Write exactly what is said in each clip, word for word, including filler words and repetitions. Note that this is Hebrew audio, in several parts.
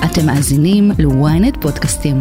אתם מאזינים ל-ynet פודקאסטים.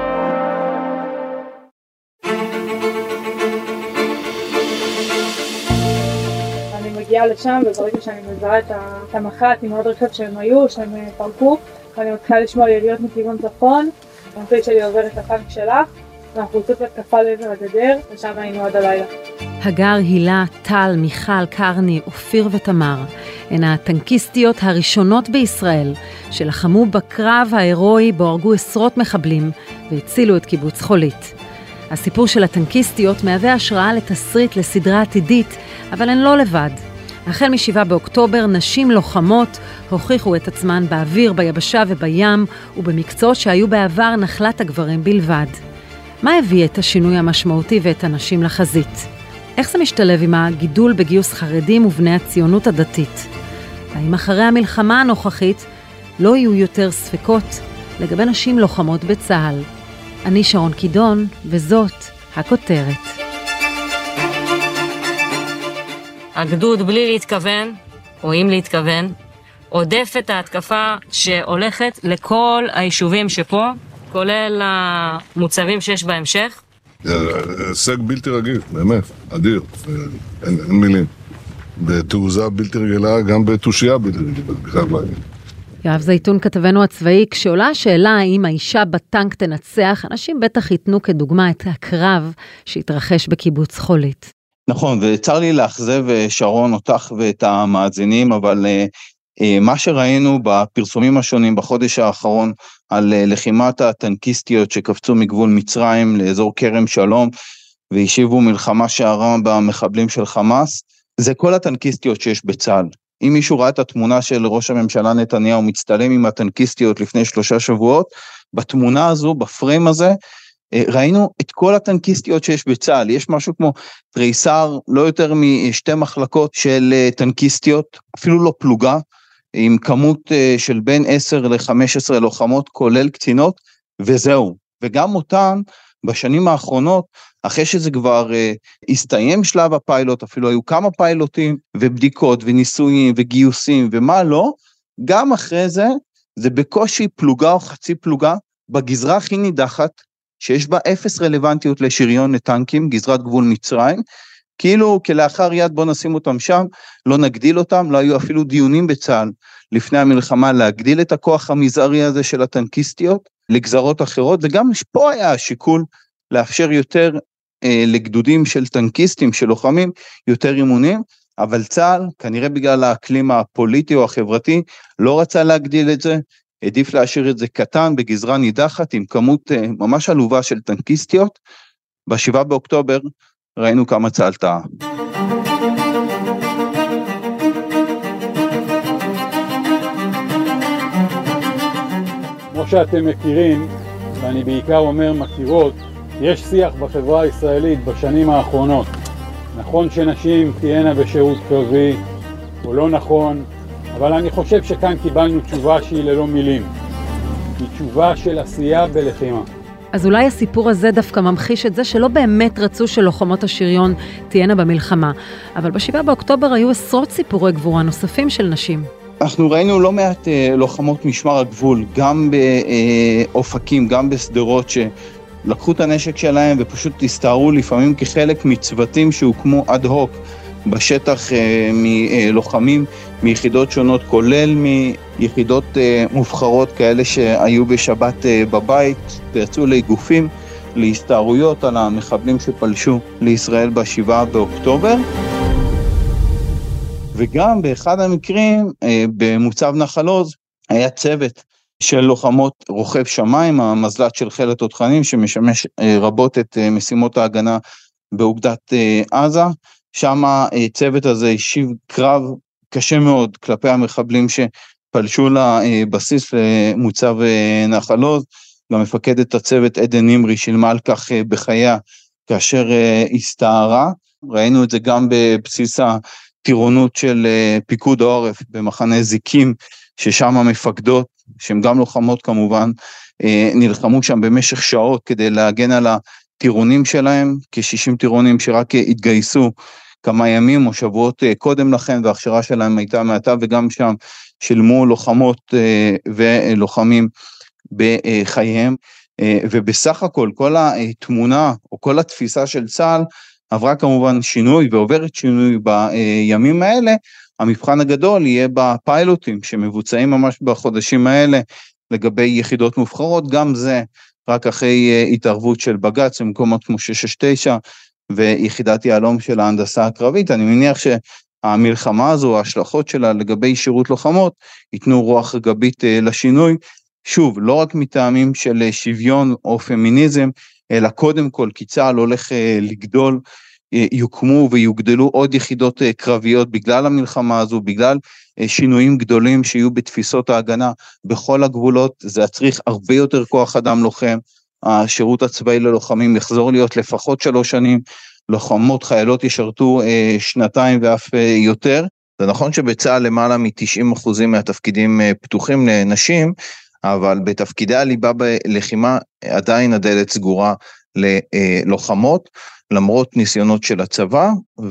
אני מגיעה לשם וברגע שאני מזהה את המח"ט עם עוד רכב שהם היו, שהם פרקו, אני מתחילה לשמוע יריות מכיוון צפון, המפלגת שלי עוברת לטנק שלך, ואנחנו יוצאות להתקפה לעבר הגדר, ושם היינו עד הלילה. הגר, הילה, טל, מיכל, קרני, אופיר ותמר הן הטנקיסטיות הראשונות בישראל שלחמו בקרב ההירואי בו הרגו עשרות מחבלים והצילו את קיבוץ חולית. הסיפור של הטנקיסטיות מהווה השראה לתסריט לסדרה עתידית, אבל הן לא לבד. החל משבעה באוקטובר נשים לוחמות הוכיחו את עצמן באוויר, ביבשה ובים ובמקצועות שהיו בעבר נחלת הגברים בלבד. מה הביא את השינוי המשמעותי ואת הנשים לחזית? איך זה משתלב עם הגידול בגיוס חרדים ובני הציונות הדתית? האם אחרי המלחמה הנוכחית לא יהיו יותר ספקות לגבי נשים לוחמות בצה"ל? אני שרון קידון, וזאת הכותרת. הגדוד בלי להתכוון, או אם להתכוון, עודף את ההתקפה שהולכת לכל היישובים שפה, כולל המוצבים שיש בהמשך. הישג בלתי רגיל, באמת, אדיר, אין, אין מילים. בתעוזה בלתי רגילה, גם בתושייה בלתי רגילה, בכלל להגיד. יואב זייתון כתבנו הצבאי, כשעולה השאלה האם האישה בטנק תנצח, אנשים בטח ייתנו כדוגמה את הקרב שהתרחש בקיבוץ חולית. נכון, וצר לי לאכזב שרון אותך ואת המאזינים, אבל מה שראינו בפרסומים השונים בחודש האחרון על לחימת הטנקיסטיות שקפצו מגבול מצרים לאזור כרם שלום והשיבו מלחמה שערה במחבלים של חמאס, זה כל הטנקיסטיות שיש בצה"ל. אם מישהו ראה את התמונה של ראש הממשלה נתניהו מצטלם עם הטנקיסטיות לפני שלושה שבועות, בתמונה הזו, בפריים הזה, ראינו את כל הטנקיסטיות שיש בצה"ל. יש משהו כמו תריסר, לא יותר משתי מחלקות של טנקיסטיות, אפילו לא פלוגה, עם כמות של בין עשר לחמש עשרה לוחמות, כולל קצינות, וזהו. וגם אותן, בשנים האחרונות, אחרי שזה כבר uh, הסתיים שלב הפיילוט, אפילו היו כמה פיילוטים, ובדיקות, וניסויים, וגיוסים, ומה לא, גם אחרי זה, זה בקושי פלוגה או חצי פלוגה, בגזרה הכי נידחת, שיש בה אפס רלוונטיות לשריון לטנקים, גזרת גבול מצרים, כאילו כלאחר יד בוא נשים אותם שם, לא נגדיל אותם, לא היו אפילו דיונים בצה"ל, לפני המלחמה להגדיל את הכוח המזערי הזה של הטנקיסטיות, לגזרות אחרות, וגם פה היה השיקול לאפשר יותר אה, לגדודים של טנקיסטים, של לוחמים, יותר אימונים, אבל צה"ל, כנראה בגלל האקלים הפוליטי או החברתי, לא רצה להגדיל את זה, עדיף להשאיר את זה קטן בגזרה נידחת, עם כמות אה, ממש עלובה של טנקיסטיות. בשבעה באוקטובר ראינו כמה צה"ל טעה. כמו שאתם מכירים, ואני בעיקר אומר מכירות, יש שיח בחברה הישראלית בשנים האחרונות. נכון שנשים תהיינה בשירות קרבי, או לא נכון, אבל אני חושב שכאן קיבלנו תשובה שהיא ללא מילים. היא תשובה של עשייה בלחימה. אז אולי הסיפור הזה דווקא ממחיש את זה שלא באמת רצו שלוחמות השריון תהיינה במלחמה, אבל בשבעה באוקטובר היו עשרות סיפורי גבורה נוספים של נשים. אנחנו ראינו לא מעט אה, לוחמות משמר הגבול, גם באופקים, גם בסדרות, שלקחו את הנשק שלהם ופשוט הסתערו לפעמים כחלק מצוותים שהוקמו אד הוק בשטח אה, מלוחמים מיחידות שונות, כולל מיחידות אה, מובחרות כאלה שהיו בשבת אה, בבית, ויצאו לגופים, להסתערויות על המחבלים שפלשו לישראל בשבעה באוקטובר. וגם באחד המקרים, במוצב נחל עוז, היה צוות של לוחמות רוכב שמיים, המזל"ט של חיל התותחנים, שמשמש רבות את משימות ההגנה באוגדת עזה. שם הצוות הזה השיב קרב קשה מאוד כלפי המחבלים שפלשו לבסיס למוצב נחל עוז. גם מפקדת הצוות עדן נמרי שילמה על כך בחייה כאשר הסתערה. ראינו את זה גם בבסיס ה... טירונות של פיקוד העורף במחנה זיקים, ששם המפקדות, שהן גם לוחמות כמובן, נלחמו שם במשך שעות כדי להגן על הטירונים שלהם, כ-שישים טירונים שרק התגייסו כמה ימים או שבועות קודם לכן, וההכשרה שלהם הייתה מעטה, וגם שם שילמו לוחמות ולוחמים בחייהם, ובסך הכל כל התמונה או כל התפיסה של צה"ל עברה כמובן שינוי ועוברת שינוי בימים האלה. המבחן הגדול יהיה בפיילוטים שמבוצעים ממש בחודשים האלה לגבי יחידות מובחרות, גם זה רק אחרי התערבות של בג"ץ במקומות כמו שש שש תשע ויחידת יהלום של ההנדסה הקרבית. אני מניח שהמלחמה הזו, ההשלכות שלה לגבי שירות לוחמות, ייתנו רוח גבית לשינוי, שוב, לא רק מטעמים של שוויון או פמיניזם, אלא קודם כל כי צה"ל הולך לגדול, יוקמו ויוגדלו עוד יחידות קרביות בגלל המלחמה הזו, בגלל שינויים גדולים שיהיו בתפיסות ההגנה בכל הגבולות. זה יצריך הרבה יותר כוח אדם לוחם, השירות הצבאי ללוחמים יחזור להיות לפחות שלוש שנים, לוחמות חיילות ישרתו שנתיים ואף יותר. זה נכון שבצה"ל למעלה מ-תשעים אחוז מהתפקידים פתוחים לנשים, אבל בתפקידי הליבה בלחימה עדיין הדלת סגורה ללוחמות, למרות ניסיונות של הצבא,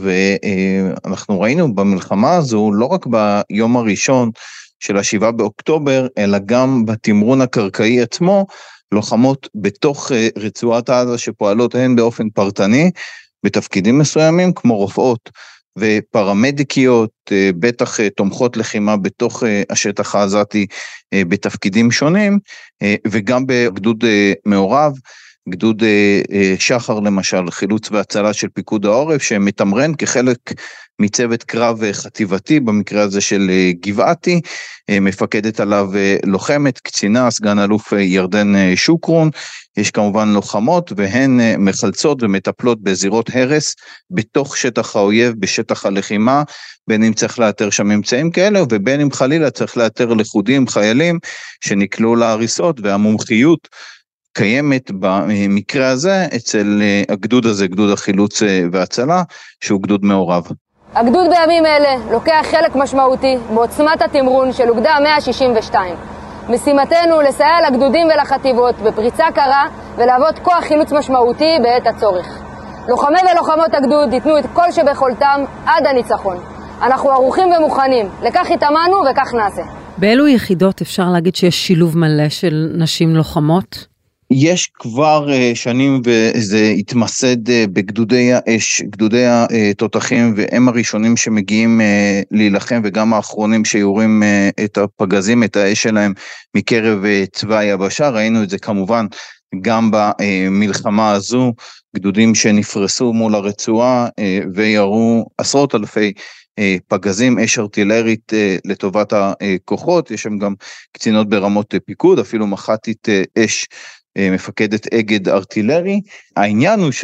ואנחנו ראינו במלחמה הזו, לא רק ביום הראשון של השבעה באוקטובר, אלא גם בתמרון הקרקעי עצמו, לוחמות בתוך רצועת עזה שפועלות הן באופן פרטני, בתפקידים מסוימים כמו רופאות ופרמדיקיות, בטח תומכות לחימה בתוך השטח העזתי בתפקידים שונים, וגם בגדוד מעורב, גדוד שחר למשל, חילוץ והצלה של פיקוד העורף, שמתמרן כחלק מצוות קרב חטיבתי, במקרה הזה של גבעתי, מפקדת עליו לוחמת, קצינה, סגן אלוף ירדן שוקרון. יש כמובן לוחמות, והן מחלצות ומטפלות בזירות הרס, בתוך שטח האויב, בשטח הלחימה, בין אם צריך לאתר שם אמצעים כאלה, ובין אם חלילה צריך לאתר לכודים, חיילים, שנקלו להריסות, והמומחיות קיימת במקרה הזה אצל הגדוד הזה, גדוד החילוץ והצלה, שהוא גדוד מעורב. הגדוד בימים אלה לוקח חלק משמעותי בעוצמת התמרון של אוגדה מאה שישים ושתיים. משימתנו לסייע לגדודים ולחטיבות בפריצה קרה ולהוות כוח חילוץ משמעותי בעת הצורך. לוחמי ולוחמות הגדוד ייתנו את כל שביכולתם עד הניצחון. אנחנו ערוכים ומוכנים, לכך התאמנו וכך נעשה. באילו יחידות אפשר להגיד שיש שילוב מלא של נשים לוחמות? יש כבר שנים וזה התמסד בגדודי האש, גדודי התותחים, והם הראשונים שמגיעים להילחם, וגם האחרונים שיורים את הפגזים, את האש שלהם מקרב צבא היבשה. ראינו את זה כמובן גם במלחמה הזו, גדודים שנפרסו מול הרצועה וירו עשרות אלפי פגזים, אש ארטילרית לטובת הכוחות. יש שם גם קצינות ברמות פיקוד, אפילו מח"טית אש, מפקדת אגד ארטילרי. העניין הוא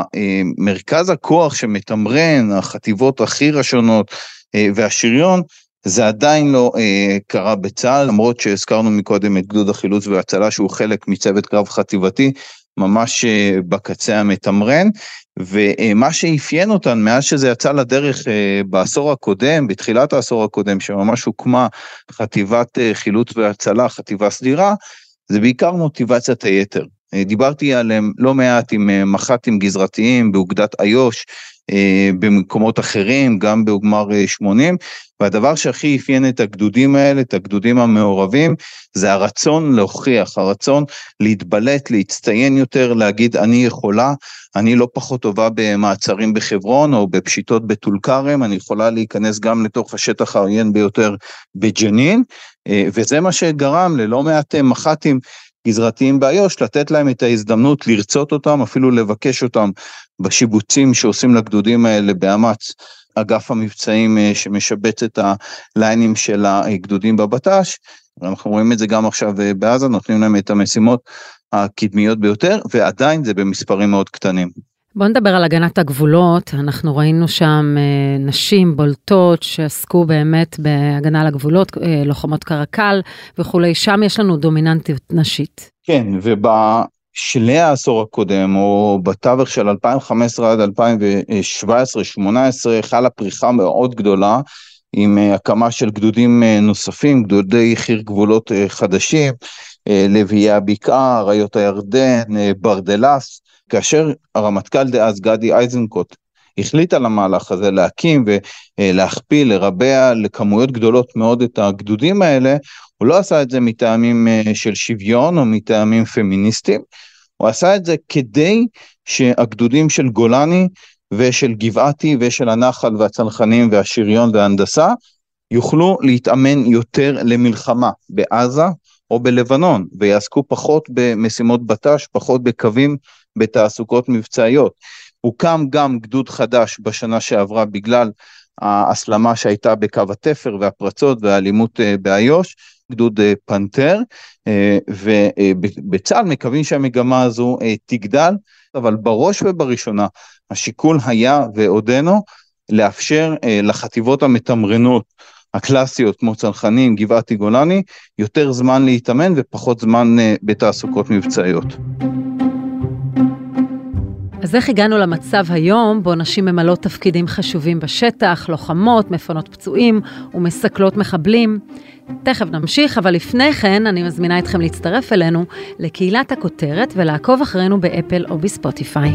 שבמרכז הכוח שמתמרן החטיבות החי"ר השונות והשריון, זה עדיין לא קרה בצה"ל, למרות שהזכרנו מקודם את גדוד החילוץ והצלה, שהוא חלק מצוות קרב חטיבתי, ממש בקצה המתמרן. ומה שאפיין אותן מאז שזה יצא לדרך בעשור הקודם, בתחילת העשור הקודם, שממש הוקמה חטיבת חילוץ והצלה, חטיבה סדירה, זה בעיקר מוטיבציית היתר. דיברתי עליהם לא מעט עם מח"טים גזרתיים באוגדת איו"ש, במקומות אחרים, גם באוגמר שמונים, והדבר שהכי אפיין את הגדודים האלה, את הגדודים המעורבים, זה הרצון להוכיח, הרצון להתבלט, להצטיין יותר, להגיד אני יכולה, אני לא פחות טובה במעצרים בחברון, או בפשיטות בטול כרם, אני יכולה להיכנס גם לתוך השטח העוין ביותר בג'נין, וזה מה שגרם ללא מעט מח"טים גזרתיים באיו"ש, לתת להם את ההזדמנות לרצות אותם, אפילו לבקש אותם בשיבוצים שעושים לגדודים האלה באמץ, אגף המבצעים שמשבץ את הליינים של הגדודים בבט"ש. אנחנו רואים את זה גם עכשיו בעזה, נותנים להם את המשימות הקדמיות ביותר, ועדיין זה במספרים מאוד קטנים. בוא נדבר על הגנת הגבולות. אנחנו ראינו שם נשים בולטות שעסקו באמת בהגנה על הגבולות, לוחמות קרקל וכולי, שם יש לנו דומיננטיות נשית. כן, ובשלהי העשור הקודם, או בתווך של אלפיים וחמש עשרה עד אלפיים שבע עשרה שמונה עשרה, חלה פריחה מאוד גדולה, עם הקמה של גדודים נוספים, גדודי חי"ר גבולות חדשים, לביאי הבקעה, אריות הירדן, ברדלס, כאשר הרמטכ"ל דאז גדי איזנקוט החליט על המהלך הזה להקים ולהכפיל, לרבע לכמויות גדולות מאוד את הגדודים האלה, הוא לא עשה את זה מטעמים של שוויון או מטעמים פמיניסטיים, הוא עשה את זה כדי שהגדודים של גולני ושל גבעתי ושל הנחל והצנחנים והשריון וההנדסה, יוכלו להתאמן יותר למלחמה בעזה או בלבנון, ויעסקו פחות במשימות בט"ש, פחות בקווים בתעסוקות מבצעיות. הוקם גם גדוד חדש בשנה שעברה בגלל ההסלמה שהייתה בקו התפר והפרצות והאלימות באיו"ש, גדוד פנתר, ובצה"ל מקווים שהמגמה הזו תגדל, אבל בראש ובראשונה השיקול היה ועודנו לאפשר לחטיבות המתמרנות הקלאסיות כמו צנחנים, גבעתי, גולני, יותר זמן להתאמן ופחות זמן בתעסוקות מבצעיות. אז איך הגענו למצב היום בו נשים ממלאות תפקידים חשובים בשטח, לוחמות, מפונות פצועים ומסקלות מחבלים? תכף נמשיך, אבל לפני כן אני מזמינה אתכם להצטרף אלינו לקהילת הכותרת ולעקוב אחרינו באפל או בספוטיפיי.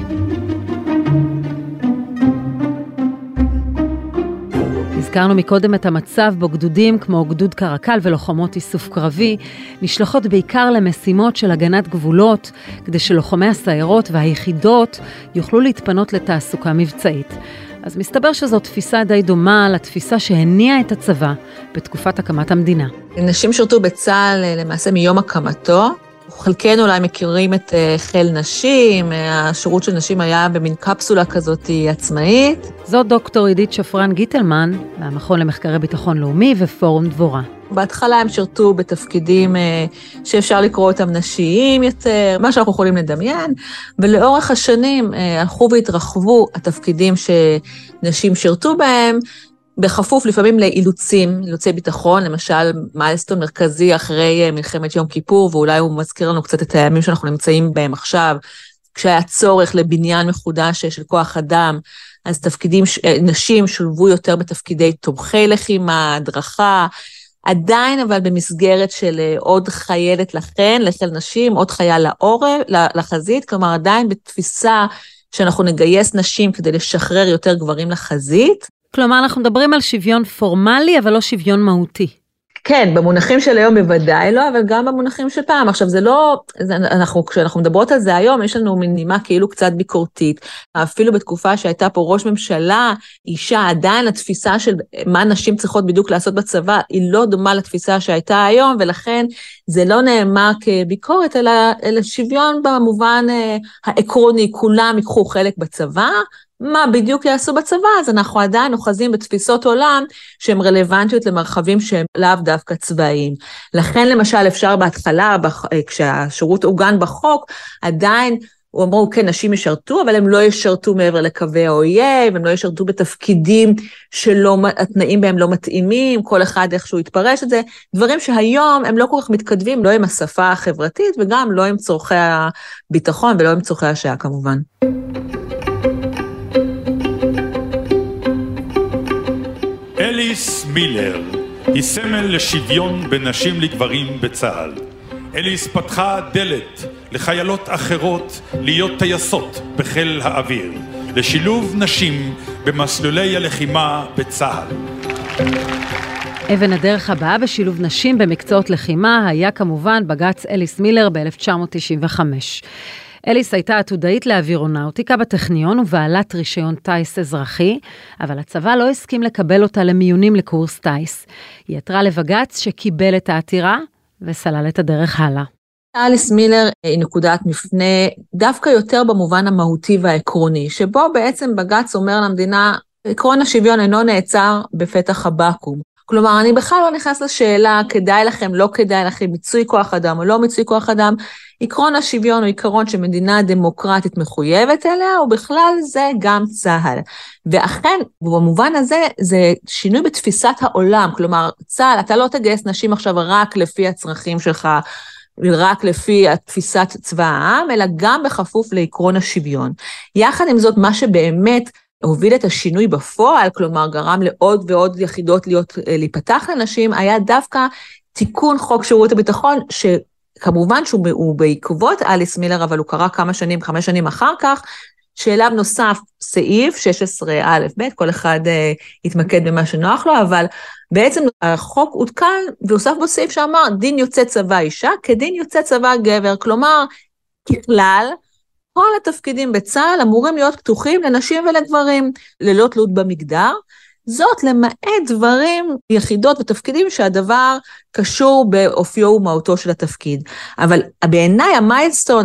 הזכרנו מקודם את המצב בו גדודים כמו גדוד קרקל ולוחמות איסוף קרבי נשלחות בעיקר למשימות של הגנת גבולות, כדי שלוחמי הסיירות והיחידות יוכלו להתפנות לתעסוקה מבצעית. אז מסתבר שזו תפיסה די דומה לתפיסה שהניעה את הצבא בתקופת הקמת המדינה. נשים שירתו בצה"ל למעשה מיום הקמתו. חלקנו אולי מכירים את חיל נשים, השירות של נשים היה במין קפסולה כזאת עצמאית. זו דוקטור עידית שפרן גיטלמן, מהמכון למחקרי ביטחון לאומי ופורום דבורה. בהתחלה הם שירתו בתפקידים שאפשר לקרוא אותם נשיים יותר, מה שאנחנו יכולים לדמיין, ולאורך השנים הלכו והתרחבו התפקידים שנשים שירתו בהם, בכפוף לפעמים לאילוצים, אילוצי ביטחון, למשל מיילסטון מרכזי אחרי מלחמת יום כיפור, ואולי הוא מזכיר לנו קצת את הימים שאנחנו נמצאים בהם עכשיו, כשהיה צורך לבניין מחודש של כוח אדם, אז תפקידים, נשים שולבו יותר בתפקידי תומכי לחימה, הדרכה, עדיין אבל במסגרת של עוד חיילת לכן, לחיל נשים, עוד חייל לעורף, לחזית, כלומר עדיין בתפיסה שאנחנו נגייס נשים כדי לשחרר יותר גברים לחזית, כלומר, אנחנו מדברים על שוויון פורמלי, אבל לא שוויון מהותי. כן, במונחים של היום בוודאי לא, אבל גם במונחים של פעם. עכשיו, זה לא, זה, אנחנו, כשאנחנו מדברות על זה היום, יש לנו מנימה כאילו קצת ביקורתית. אפילו בתקופה שהייתה פה ראש ממשלה, אישה, עדיין התפיסה של מה נשים צריכות בדיוק לעשות בצבא, היא לא דומה לתפיסה שהייתה היום, ולכן זה לא נאמר כביקורת, אלא, אלא שוויון במובן אה, העקרוני, כולם ייקחו חלק בצבא, מה בדיוק יעשו בצבא, אז אנחנו עדיין אוחזים בתפיסות עולם שהן רלוונטיות למרחבים שהם לאו דווקא צבאיים. לכן למשל אפשר בהתחלה, כשהשירות עוגן בחוק, עדיין הוא אמרו, כן, נשים ישרתו, אבל הם לא ישרתו מעבר לקווי האויב, הם לא ישרתו בתפקידים שהתנאים בהם לא מתאימים, כל אחד איכשהו יתפרש את זה, דברים שהיום הם לא כל כך מתכתבים, לא עם השפה החברתית, וגם לא עם צורכי הביטחון, ולא עם צורכי השעה כמובן. אליס מילר היא סמל לשוויון בין נשים לגברים בצה"ל. אליס פתחה דלת לחיילות אחרות להיות טייסות בחיל האוויר, לשילוב נשים במסלולי הלחימה בצה"ל. אבן הדרך הבאה בשילוב נשים במקצועות לחימה היה כמובן בג"ץ אליס מילר ב-אלף תשע מאות תשעים וחמש. אליס הייתה עתודאית לאווירונאוטיקה בטכניון ובעלת רישיון טייס אזרחי, אבל הצבא לא הסכים לקבל אותה למיונים לקורס טייס. היא עתרה לבג"ץ שקיבל את העתירה וסלל את הדרך הלאה. אליס מילר היא נקודת מפנה דווקא יותר במובן המהותי והעקרוני, שבו בעצם בג"ץ אומר למדינה, עקרון השוויון אינו נעצר בפתח הבקו"ם. כלומר, אני בכלל לא נכנס לשאלה, כדאי לכם, לא כדאי לכם, מיצוי כוח אדם או לא מיצוי כוח אדם, עקרון השוויון הוא עיקרון שמדינה דמוקרטית מחויבת אליה, ובכלל זה גם צה"ל. ואכן, במובן הזה, זה שינוי בתפיסת העולם, כלומר, צה"ל, אתה לא תגייס נשים עכשיו רק לפי הצרכים שלך, רק לפי התפיסת צבא העם, אלא גם בכפוף לעקרון השוויון. יחד עם זאת, מה שבאמת הוביל את השינוי בפועל, כלומר גרם לעוד ועוד יחידות להיות, להיפתח לנשים, היה דווקא תיקון חוק שירות הביטחון, שכמובן שהוא בעקבות אליס מילר, אבל הוא קרה כמה שנים, חמש שנים אחר כך, שאליו נוסף סעיף שש עשרה א' ב', כל אחד uh, יתמקד במה שנוח לו, אבל בעצם החוק עודכן, והוסף בו סעיף שאמר, דין יוצא צבא אישה, כדין יוצא צבא גבר, כלומר, ככלל, כל התפקידים בצה"ל אמורים להיות פתוחים לנשים ולגברים, ללא תלות במגדר, זאת למעט דברים, יחידות ותפקידים שהדבר קשור באופיו ומהותו של התפקיד. אבל בעיניי המיילסטון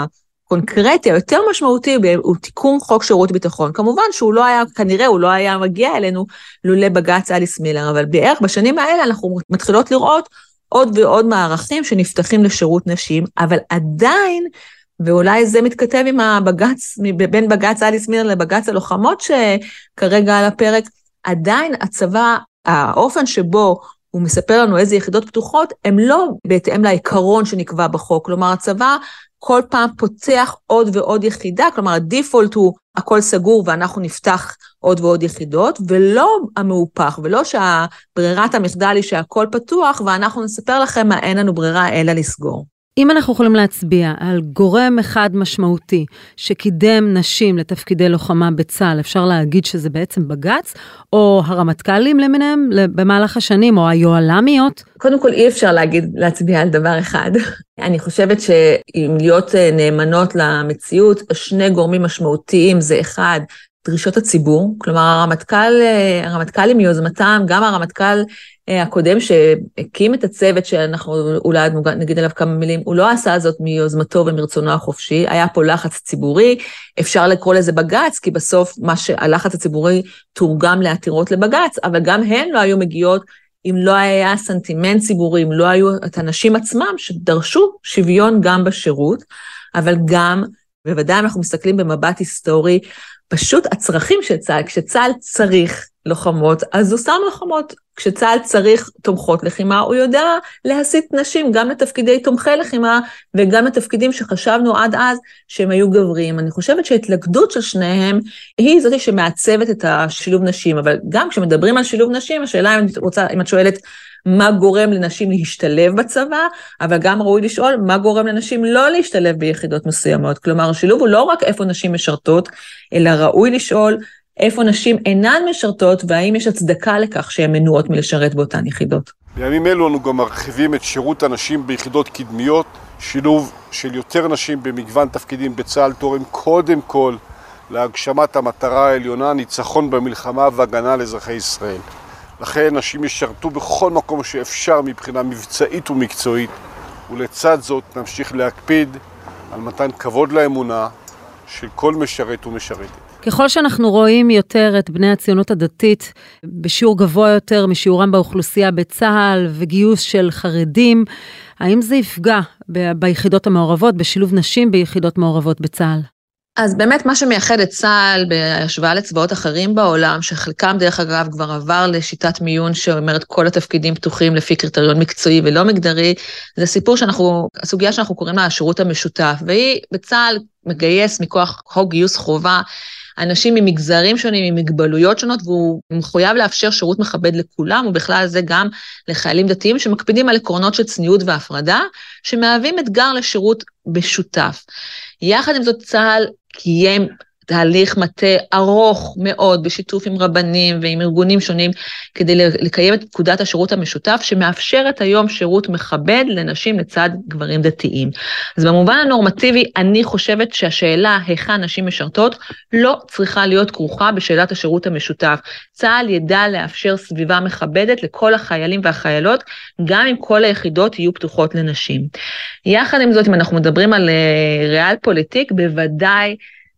הקונקרטי, היותר משמעותי, הוא תיקון חוק שירות ביטחון. כמובן שהוא לא היה, כנראה הוא לא היה מגיע אלינו לולא בג"ץ אליס מילר, אבל בערך בשנים האלה אנחנו מתחילות לראות עוד ועוד מערכים שנפתחים לשירות נשים, אבל עדיין, ואולי זה מתכתב עם הבג"ץ, בין בג"ץ אליס מילר לבג"ץ הלוחמות שכרגע על הפרק, עדיין הצבא, האופן שבו הוא מספר לנו איזה יחידות פתוחות, הם לא בהתאם לעיקרון שנקבע בחוק, כלומר הצבא כל פעם פותח עוד ועוד יחידה, כלומר הדיפולט הוא הכל סגור ואנחנו נפתח עוד ועוד יחידות, ולא המהופך, ולא שהברירת המחדל היא שהכל פתוח, ואנחנו נספר לכם מה אין לנו ברירה אלא לסגור. אם אנחנו יכולים להצביע על גורם אחד משמעותי שקידם נשים לתפקידי לוחמה בצה"ל, אפשר להגיד שזה בעצם בג"ץ, או הרמטכ"לים למיניהם במהלך השנים, או היוהל"מיות? קודם כל אי אפשר להגיד, להצביע על דבר אחד. אני חושבת שאם להיות נאמנות למציאות, שני גורמים משמעותיים זה אחד, דרישות הציבור, כלומר הרמטכ"ל, הרמטכ"לים מיוזמתם, גם הרמטכ"ל הקודם שהקים את הצוות שאנחנו אולי נגיד עליו כמה מילים, הוא לא עשה זאת מיוזמתו ומרצונו החופשי, היה פה לחץ ציבורי, אפשר לקרוא לזה בג"ץ, כי בסוף מה שהלחץ הציבורי תורגם לעתירות לבג"ץ, אבל גם הן לא היו מגיעות אם לא היה סנטימנט ציבורי, אם לא היו את הנשים עצמם שדרשו שוויון גם בשירות, אבל גם, בוודאי אנחנו מסתכלים במבט היסטורי, פשוט הצרכים של צה"ל, כשצה"ל צריך לוחמות, אז הוא שם לוחמות, כשצה"ל צריך תומכות לחימה, הוא יודע להסיט נשים גם לתפקידי תומכי לחימה, וגם לתפקידים שחשבנו עד אז שהם היו גבריים. אני חושבת שההתלכדות של שניהם, היא זאת שמעצבת את השילוב נשים, אבל גם כשמדברים על שילוב נשים, השאלה אם את רוצה, אם את שואלת, מה גורם לנשים להשתלב בצבא, אבל גם ראוי לשאול מה גורם לנשים לא להשתלב ביחידות מסוימות. כלומר, השילוב הוא לא רק איפה נשים משרתות, אלא ראוי לשאול איפה נשים אינן משרתות, והאם יש הצדקה לכך שהן מנועות מלשרת באותן יחידות. בימים אלו אנו גם מרחיבים את שירות הנשים ביחידות קדמיות, שילוב של יותר נשים במגוון תפקידים בצה"ל תורם קודם כל להגשמת המטרה העליונה, ניצחון במלחמה והגנה על אזרחי ישראל. לכן נשים ישרתו בכל מקום שאפשר מבחינה מבצעית ומקצועית, ולצד זאת נמשיך להקפיד על מתן כבוד לאמונה של כל משרת ומשרתת. ככל שאנחנו רואים יותר את בני הציונות הדתית בשיעור גבוה יותר משיעורם באוכלוסייה בצה"ל וגיוס של חרדים, האם זה יפגע ביחידות המעורבות, בשילוב נשים ביחידות מעורבות בצה"ל? אז באמת מה שמייחד את צה"ל בהשוואה לצבאות אחרים בעולם, שחלקם דרך אגב כבר עבר לשיטת מיון שאומרת כל התפקידים פתוחים לפי קריטריון מקצועי ולא מגדרי, זה סיפור שאנחנו, הסוגיה שאנחנו קוראים לה השירות המשותף, והיא בצה"ל מגייס מכוח חוק גיוס חובה, אנשים ממגזרים שונים, ממגבלויות שונות, והוא מחויב לאפשר שירות מכבד לכולם, ובכלל זה גם לחיילים דתיים שמקפידים על עקרונות של צניעות והפרדה, שמהווים אתגר לשירות משותף. יחד עם זאת צה"ל קיים תהליך מטה ארוך מאוד בשיתוף עם רבנים ועם ארגונים שונים, כדי לקיים את פקודת השירות המשותף, שמאפשרת היום שירות מכבד לנשים לצד גברים דתיים. אז במובן הנורמטיבי, אני חושבת שהשאלה היכן נשים משרתות, לא צריכה להיות כרוכה בשאלת השירות המשותף. צה"ל ידע לאפשר סביבה מכבדת לכל החיילים והחיילות, גם אם כל היחידות יהיו פתוחות לנשים. יחד עם זאת, אם אנחנו מדברים על ריאל פוליטיק, בוודאי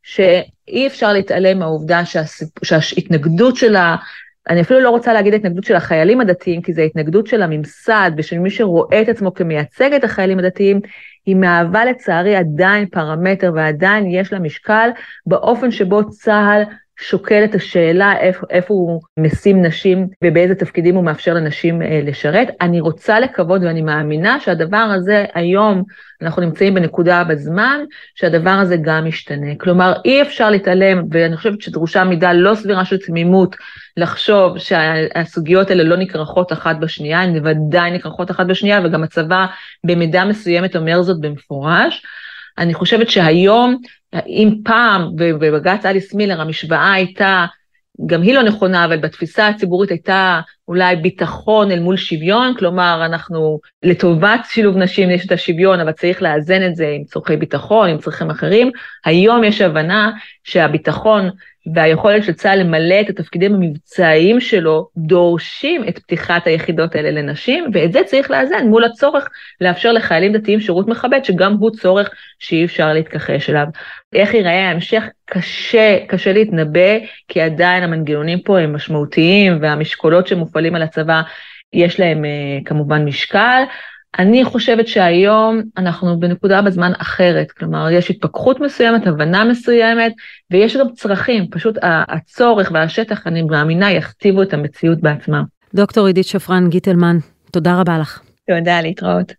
שאי אפשר להתעלם מהעובדה שההתנגדות שלה, אני אפילו לא רוצה להגיד התנגדות של החיילים הדתיים, כי זה התנגדות של הממסד, ושל מי שרואה את עצמו כמייצג את החיילים הדתיים, היא מהווה לצערי עדיין פרמטר, ועדיין יש לה משקל, באופן שבו צה"ל שוקל את השאלה איפה, איפה הוא משים נשים, ובאיזה תפקידים הוא מאפשר לנשים אה, לשרת. אני רוצה לקוות ואני מאמינה שהדבר הזה היום, אנחנו נמצאים בנקודה בזמן, שהדבר הזה גם משתנה. כלומר, אי אפשר להתעלם, ואני חושבת שדרושה מידה לא סבירה של תמימות, לחשוב שהסוגיות האלה לא נקרחות אחת בשנייה, הן ודאי נקרחות אחת בשנייה, וגם הצבא במידה מסוימת אומר זאת במפורש. אני חושבת שהיום אם פעם, בבג"ץ אליס מילר, המשוואה הייתה, גם היא לא נכונה, אבל בתפיסה הציבורית הייתה אולי ביטחון אל מול שוויון, כלומר אנחנו לטובת שילוב נשים יש את השוויון, אבל צריך לאזן את זה עם צורכי ביטחון, עם צרכים אחרים. היום יש הבנה שהביטחון והיכולת של צה"ל למלא את התפקידים המבצעיים שלו, דורשים את פתיחת היחידות האלה לנשים, ואת זה צריך לאזן מול הצורך לאפשר לחיילים דתיים שירות מכבד, שגם הוא צורך שאי אפשר להתכחש אליו. איך ייראה ההמשך? קשה, קשה להתנבא, כי עדיין המנגנונים פה הם משמעותיים, והמשקולות שמופעלים על הצבא, יש להם כמובן משקל. אני חושבת שהיום אנחנו בנקודה בזמן אחרת, כלומר יש התפכחות מסוימת, הבנה מסוימת, ויש גם צרכים, פשוט הצורך והשטח, אני מאמינה, יכתיבו את המציאות בעצמם. דוקטור עידית שפרן גיטלמן, תודה רבה לך. תודה, להתראות.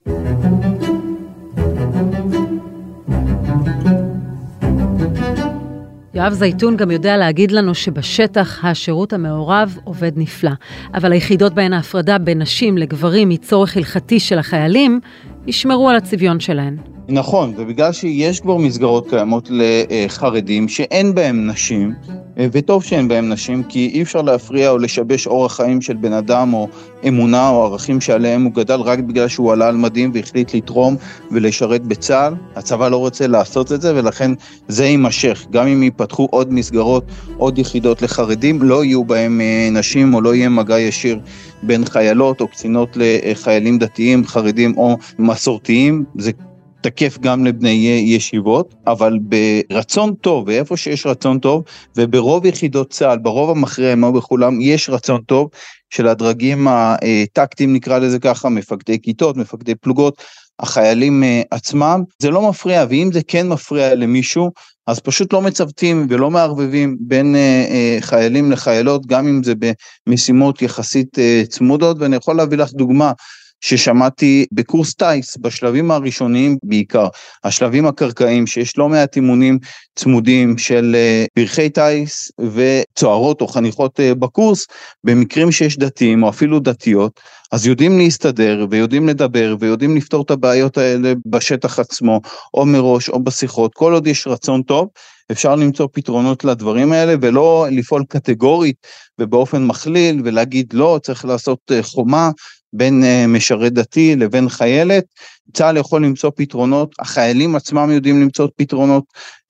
יואב זייתון גם יודע להגיד לנו שבשטח השירות המעורב עובד נפלא, אבל היחידות בהן ההפרדה בין נשים לגברים מצורך הלכתי של החיילים, ישמרו על הצביון שלהן. נכון, ובגלל שיש כבר מסגרות קיימות לחרדים שאין בהם נשים, וטוב שאין בהם נשים, כי אי אפשר להפריע או לשבש אורח חיים של בן אדם או אמונה או ערכים שעליהם הוא גדל רק בגלל שהוא עלה על מדים והחליט לתרום ולשרת בצה"ל. הצבא לא רוצה לעשות את זה, ולכן זה יימשך. גם אם ייפתחו עוד מסגרות, עוד יחידות לחרדים, לא יהיו בהם נשים או לא יהיה מגע ישיר בין חיילות או קצינות לחיילים דתיים, חרדים או מסורתיים. זה תקף גם לבני ישיבות, אבל ברצון טוב, ואיפה שיש רצון טוב, וברוב יחידות צה"ל, ברוב המכריע, מה בכולם, יש רצון טוב של הדרגים הטקטיים, נקרא לזה ככה, מפקדי כיתות, מפקדי פלוגות, החיילים עצמם, זה לא מפריע, ואם זה כן מפריע למישהו, אז פשוט לא מצוותים ולא מערבבים בין חיילים לחיילות, גם אם זה במשימות יחסית צמודות, ואני יכול להביא לך דוגמה, ששמעתי בקורס טייס, בשלבים הראשוניים בעיקר, השלבים הקרקעיים, שיש לא מעט אימונים צמודים של פרחי טייס וצוערות או חניכות בקורס, במקרים שיש דתיים או אפילו דתיות, אז יודעים להסתדר ויודעים לדבר ויודעים לפתור את הבעיות האלה בשטח עצמו, או מראש או בשיחות, כל עוד יש רצון טוב, אפשר למצוא פתרונות לדברים האלה, ולא לפעול קטגורית ובאופן מכליל, ולהגיד לא, צריך לעשות חומה, בין משרת דתי לבין חיילת. צה"ל יכול למצוא פתרונות, החיילים עצמם יודעים למצוא פתרונות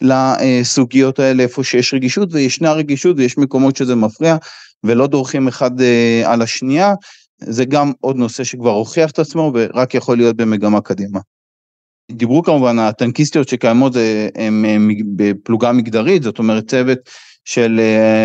לסוגיות האלה, איפה שיש רגישות, וישנה רגישות, ויש מקומות שזה מפריע, ולא דורכים אחד על השנייה. זה גם עוד נושא שכבר הוכיח את עצמו, ורק יכול להיות במגמה קדימה. דיברו כמובן, הטנקיסטיות שקיימות, הן בפלוגה מגדרית, זאת אומרת צוות של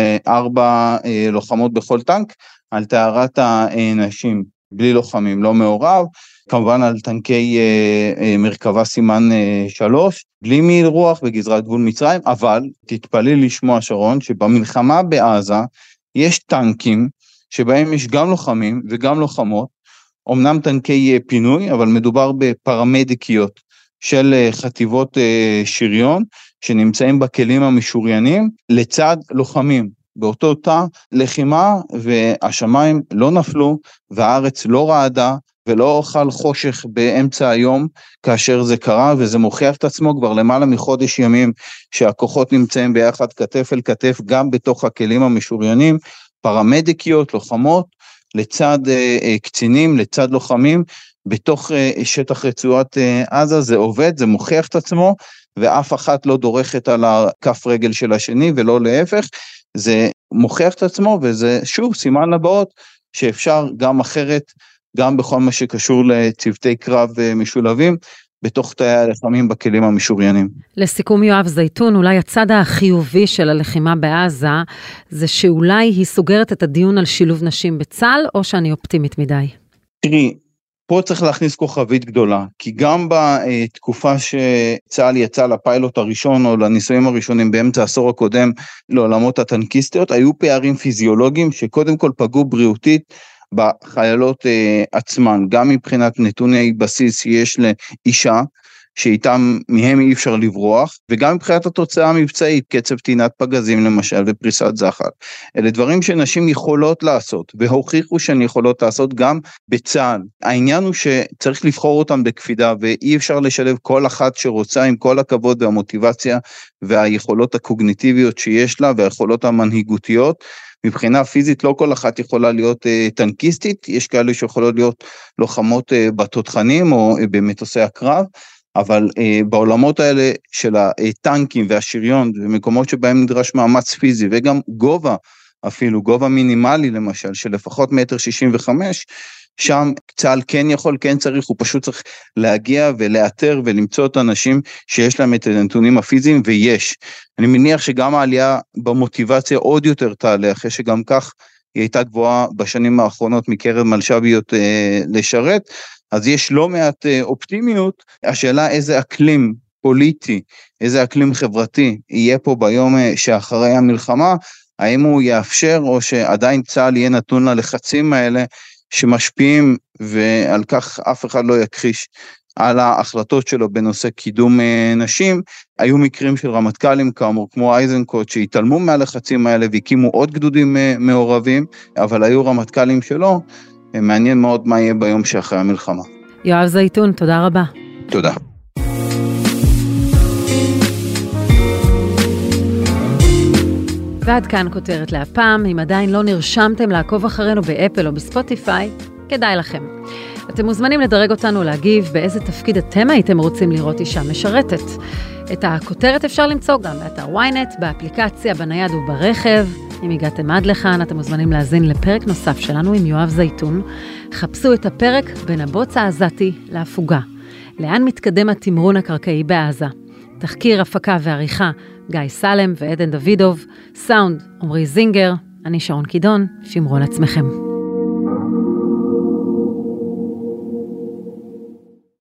ארבע לוחמות בכל טנק, על טהרת הנשים. בלי לוחמים, לא מעורב, כמובן על טנקי אה, אה, מרכבה סימן אה, שלוש, בלי מעיל רוח בגזרת גבול מצרים, אבל תתפלא לשמוע שרון, שבמלחמה בעזה יש טנקים, שבהם יש גם לוחמים וגם לוחמות, אמנם טנקי אה, פינוי, אבל מדובר בפרמדיקיות של אה, חטיבות אה, שריון, שנמצאים בכלים המשוריינים, לצד לוחמים. באותו תא לחימה, והשמיים לא נפלו, והארץ לא רעדה, ולא חל חושך באמצע היום, כאשר זה קרה, וזה מוכיח את עצמו כבר למעלה מחודש ימים, שהכוחות נמצאים ביחד כתף אל כתף, גם בתוך הכלים המשוריינים, פרמדיקיות, לוחמות, לצד אה, קצינים, לצד לוחמים, בתוך אה, שטח רצועת אה, עזה, זה עובד, זה מוכיח את עצמו, ואף אחת לא דורכת על הכף רגל של השני, ולא להפך, זה מוכיח את עצמו, וזה שוב סימן לבאות, שאפשר גם אחרת, גם בכל מה שקשור לצוותי קרב משולבים, בתוך תאי הלחמים בכלים המשוריינים. לסיכום יואב זייתון, אולי הצד החיובי של הלחימה בעזה, זה שאולי היא סוגרת את הדיון על שילוב נשים בצה"ל, או שאני אופטימית מדי? תראי, פה צריך להכניס כוכבית גדולה, כי גם בתקופה שצה"ל יצא לפיילוט הראשון, או לניסויים הראשונים באמצע העשור הקודם, לעולמות הטנקיסטיות, היו פערים פיזיולוגיים, שקודם כל פגעו בריאותית, בחיילות עצמן, גם מבחינת נתוני בסיס שיש לאישה, שאיתם מהם אי אפשר לברוח, וגם מבחינת התוצאה המבצעית, קצב תינת פגזים למשל ופריסת זחל. אלה דברים שנשים יכולות לעשות, והוכיחו שהן יכולות לעשות גם בצה"ל. העניין הוא שצריך לבחור אותם בקפידה, ואי אפשר לשלב כל אחת שרוצה עם כל הכבוד והמוטיבציה והיכולות הקוגניטיביות שיש לה, והיכולות המנהיגותיות. מבחינה פיזית לא כל אחת יכולה להיות uh, טנקיסטית, יש כאלה שיכולות להיות לוחמות uh, בתותחנים או uh, במטוסי הקרב, אבל uh, בעולמות האלה של הטנקים והשריון, ומקומות שבהם נדרש מאמץ פיזי, וגם גובה, אפילו גובה מינימלי למשל, של לפחות מטר שישים וחמש, שם צה"ל כן יכול, כן צריך, הוא פשוט צריך להגיע ולאתר ולמצוא את האנשים שיש להם את הנתונים הפיזיים, ויש. אני מניח שגם העלייה במוטיבציה עוד יותר תעלה, אחרי שגם כך היא הייתה גבוהה בשנים האחרונות מקרב מלש"ביות אה, לשרת, אז יש לא מעט אה, אופטימיות. השאלה איזה אקלים פוליטי, איזה אקלים חברתי יהיה פה ביום אה, שאחרי המלחמה, האם הוא יאפשר או שעדיין צה"ל יהיה נתון ללחצים האלה, שמשפיעים, ועל כך אף אחד לא יכחיש על ההחלטות שלו בנושא קידום נשים. היו מקרים של רמטכ"לים כאמור, כמו אייזנקוט, שהתעלמו מהלחצים האלה והקימו עוד גדודים מעורבים, אבל היו רמטכ"לים שלא. מעניין מאוד מה יהיה ביום שאחרי המלחמה. יואב זייתון, תודה רבה. תודה. ועד כאן כותרת להפעם. אם עדיין לא נרשמתם לעקוב אחרינו באפל או בספוטיפיי, כדאי לכם. אתם מוזמנים לדרג אותנו להגיב באיזה תפקיד אתם הייתם רוצים לראות אישה משרתת. את הכותרת אפשר למצוא גם באתר וויינט, באפליקציה, בנייד וברכב. אם הגעתם עד לכאן, אתם מוזמנים להזין לפרק נוסף שלנו עם יואב זייתון. חפשו את הפרק בין הבוץ העזתי להפוגה. לאן מתקדם התמרון הקרקעי בעזה? תחקיר, הפקה ועריכה, גיא סלם ועדן דוידוב, סאונד, עמרי זינגר, אני שרון קידון, שמרו על עצמכם.